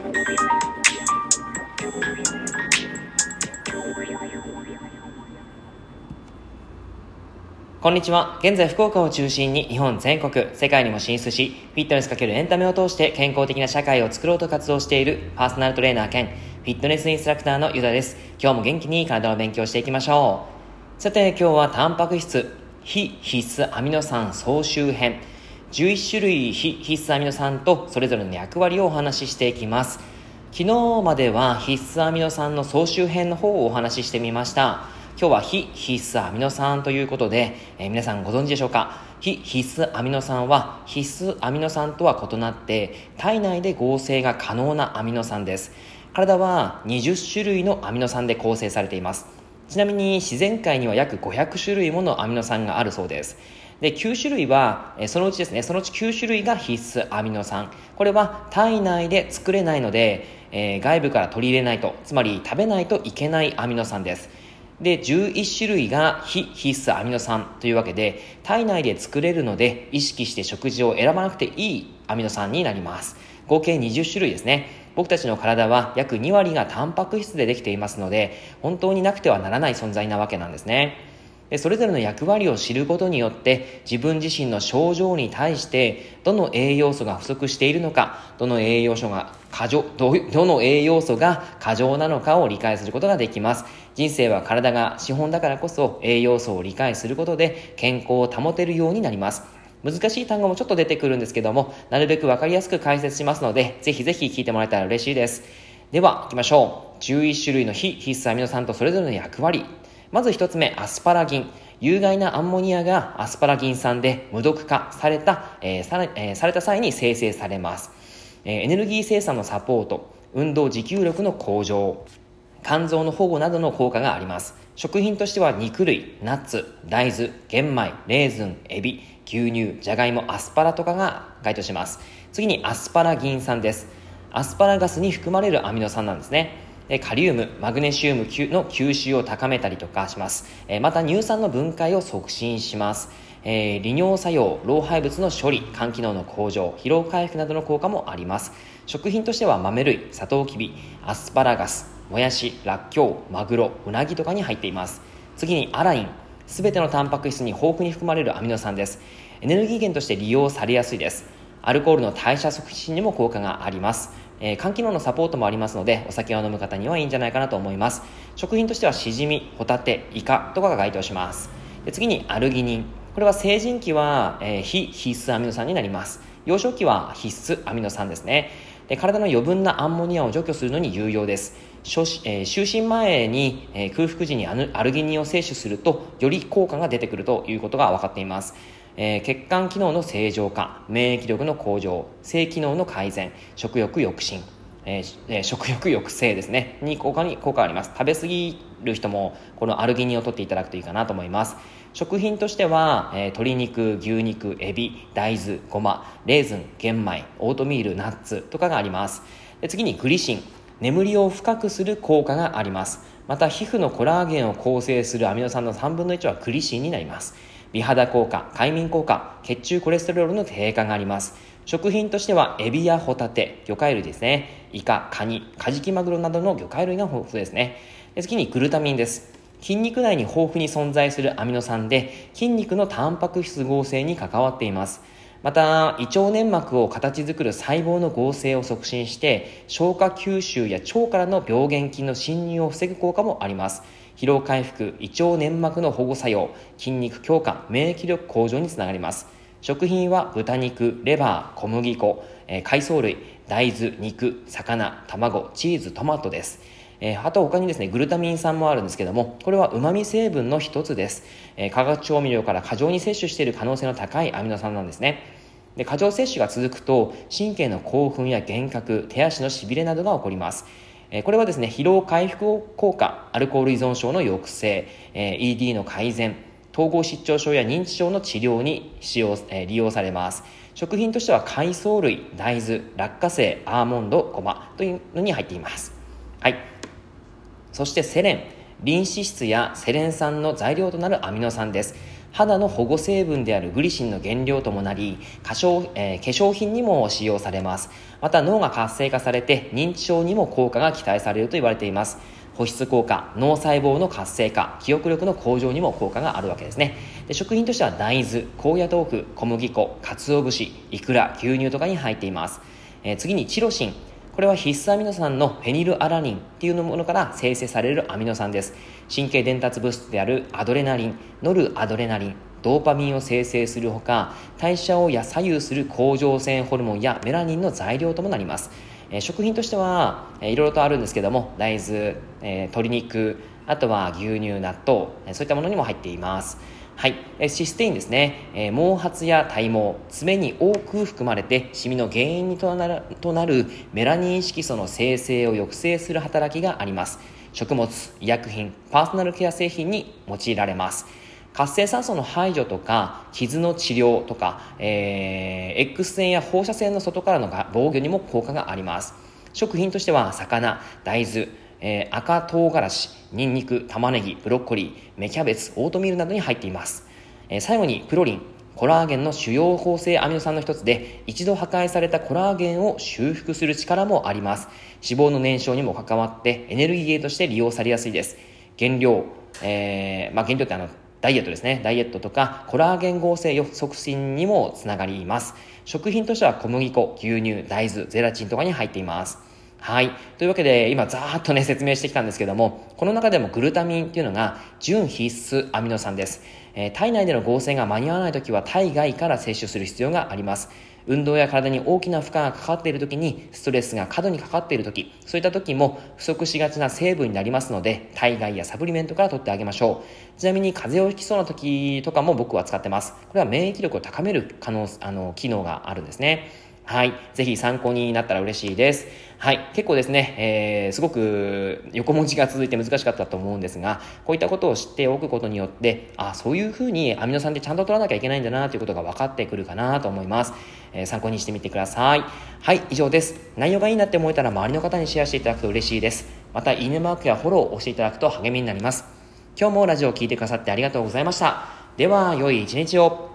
こんにちは。現在福岡を中心に日本全国、世界にも進出し、フィットネス×エンタメを通して健康的な社会を作ろうと活動しているパーソナルトレーナー兼フィットネスインストラクターのゆだです。今日も元気に体を勉強していきましょう。さて今日はタンパク質、非必須アミノ酸総集編、11種類非必須アミノ酸とそれぞれの役割をお話ししていきます。昨日までは必須アミノ酸の総集編の方をお話ししてみました。今日は非必須アミノ酸ということで、皆さんご存知でしょうか。非必須アミノ酸は必須アミノ酸とは異なって体内で合成が可能なアミノ酸です。体は20種類のアミノ酸で構成されています。ちなみに自然界には約500種類ものアミノ酸があるそうです。で、9種類は、そのうち9種類が必須アミノ酸。これは体内で作れないので、外部から取り入れないと、つまり食べないといけないアミノ酸です。で、11種類が非必須アミノ酸というわけで、体内で作れるので意識して食事を選ばなくていいアミノ酸になります。合計20種類ですね。僕たちの体は約2割がタンパク質でできていますので、本当になくてはならない存在なわけなんですね。で、それぞれの役割を知ることによって自分自身の症状に対してどの栄養素が不足しているのか、どの栄養素が過剰なのかを理解することができます。人生は体が資本だからこそ栄養素を理解することで健康を保てるようになります。難しい単語もちょっと出てくるんですけども、なるべくわかりやすく解説しますので、ぜひぜひ聞いてもらえたら嬉しいです。では行きましょう。11種類の非必須アミノ酸とそれぞれの役割。まず一つ目、アスパラギン。有害なアンモニアがアスパラギン酸で無毒化された際に生成されます。エネルギー生産のサポート、運動持久力の向上、肝臓の保護などの効果があります。食品としては肉類、ナッツ、大豆、玄米、レーズン、エビ、牛乳、じゃがいも、アスパラとかが該当します。次にアスパラギン酸です。アスパラガスに含まれるアミノ酸なんですね。カリウム、マグネシウムの吸収を高めたりとかします。また乳酸の分解を促進します。利尿作用、老廃物の処理、肝機能の向上、疲労回復などの効果もあります。食品としては豆類、サトウキビ、アスパラガス、もやし、らっきょう、マグロ、うなぎとかに入っています。次にアライン、すべてのタンパク質に豊富に含まれるアミノ酸です。エネルギー源として利用されやすいです。アルコールの代謝促進にも効果があります。肝機能のサポートもありますので、お酒を飲む方にはいいんじゃないかなと思います。食品としてはシジミ、ホタテ、イカとかが該当します。で、次にアルギニン。これは成人期は、非必須アミノ酸になります。幼少期は必須アミノ酸ですね。で、体の余分なアンモニアを除去するのに有用です。就寝前に、空腹時にアルギニンを摂取するとより効果が出てくるということが分かっています。血管機能の正常化、免疫力の向上、性機能の改善、食欲抑止、食欲抑制ですねに効果があります。食べ過ぎる人もこのアルギニンを取っていただくといいかなと思います。食品としては、鶏肉、牛肉、エビ、大豆、ごま、レーズン、玄米、オートミール、ナッツとかがあります。で、次にグリシン。眠りを深くする効果があります。また皮膚のコラーゲンを構成するアミノ酸の3分の1はグリシンになります。美肌効果、快眠効果、血中コレステロールの低下があります。食品としてはエビやホタテ、魚介類ですね、イカ、カニ、カジキマグロなどの魚介類が豊富ですね。で、次にグルタミンです。筋肉内に豊富に存在するアミノ酸で筋肉のタンパク質合成に関わっています。また胃腸粘膜を形作る細胞の合成を促進して消化吸収や腸からの病原菌の侵入を防ぐ効果もあります。疲労回復、胃腸粘膜の保護作用、筋肉強化、免疫力向上につながります。食品は豚肉、レバー、小麦粉、海藻類、大豆、肉、魚、卵、チーズ、トマトです。あと他にですね、グルタミン酸もあるんですけども、これは旨味成分の一つです。化学調味料から過剰に摂取している可能性の高いアミノ酸なんですね。で、過剰摂取が続くと神経の興奮や幻覚、手足のしびれなどが起こります。これはですね、疲労回復効果、アルコール依存症の抑制、ED の改善、統合失調症や認知症の治療に利用されます。食品としては海藻類、大豆、落花生、アーモンド、ごまというのに入っています。はい。そしてセレン、リン脂質やセレン酸の材料となるアミノ酸です。 肌の保護成分であるグリシンの原料ともなり、化粧品にも使用されます。また脳が活性化されて認知症にも効果が期待されると言われています。保湿効果、脳細胞の活性化、記憶力の向上にも効果があるわけですね。で、食品としては大豆、高野豆腐、小麦粉、鰹節、イクラ、牛乳とかに入っています。次にチロシン。これは必須アミノ酸のフェニルアラニンっていうものから生成されるアミノ酸です。神経伝達物質であるアドレナリン、ノルアドレナリン、ドーパミンを生成するほか、代謝を左右する甲状腺ホルモンやメラニンの材料ともなります。食品としてはいろいろとあるんですけども、大豆、鶏肉、あとは牛乳、納豆、そういったものにも入っています。はい、システインですね、毛髪や体毛、爪に多く含まれてシミの原因となるメラニン色素の生成を抑制する働きがあります。食物、医薬品、パーソナルケア製品に用いられます。活性酸素の排除とか傷の治療とか、X 線や放射線の外からの防御にも効果があります。食品としては魚、大豆、赤唐辛子、ニンニク、玉ねぎ、ブロッコリー、芽キャベツ、オートミールなどに入っています。最後にプロリン、コラーゲンの主要構成アミノ酸の一つで、一度破壊されたコラーゲンを修復する力もあります。脂肪の燃焼にも関わってエネルギー源として利用されやすいです。原料、原料ってダイエットですね。ダイエットとかコラーゲン合成促進にもつながります。食品としては小麦粉、牛乳、大豆、ゼラチンとかに入っています。はい。というわけで、今ざーっと説明してきたんですけども、この中でもグルタミンっていうのが準必須アミノ酸です。体内での合成が間に合わないときは体外から摂取する必要があります。運動や体に大きな負荷がかかっているときに、ストレスが過度にかかっているとき、そういったときも不足しがちな成分になりますので、体外やサプリメントから取ってあげましょう。ちなみに風邪をひきそうなときとかも僕は使ってます。これは免疫力を高める機能があるんですね。はい。ぜひ参考になったら嬉しいです。はい。結構ですね、すごく横文字が続いて難しかったと思うんですが、こういったことを知っておくことによって、そういうふうにアミノ酸ってちゃんと取らなきゃいけないんだなということが分かってくるかなと思います。参考にしてみてください。はい。以上です。内容がいいなって思えたら周りの方にシェアしていただくと嬉しいです。また、いいねマークやフォローを押していただくと励みになります。今日もラジオを聞いてくださってありがとうございました。では、良い一日を。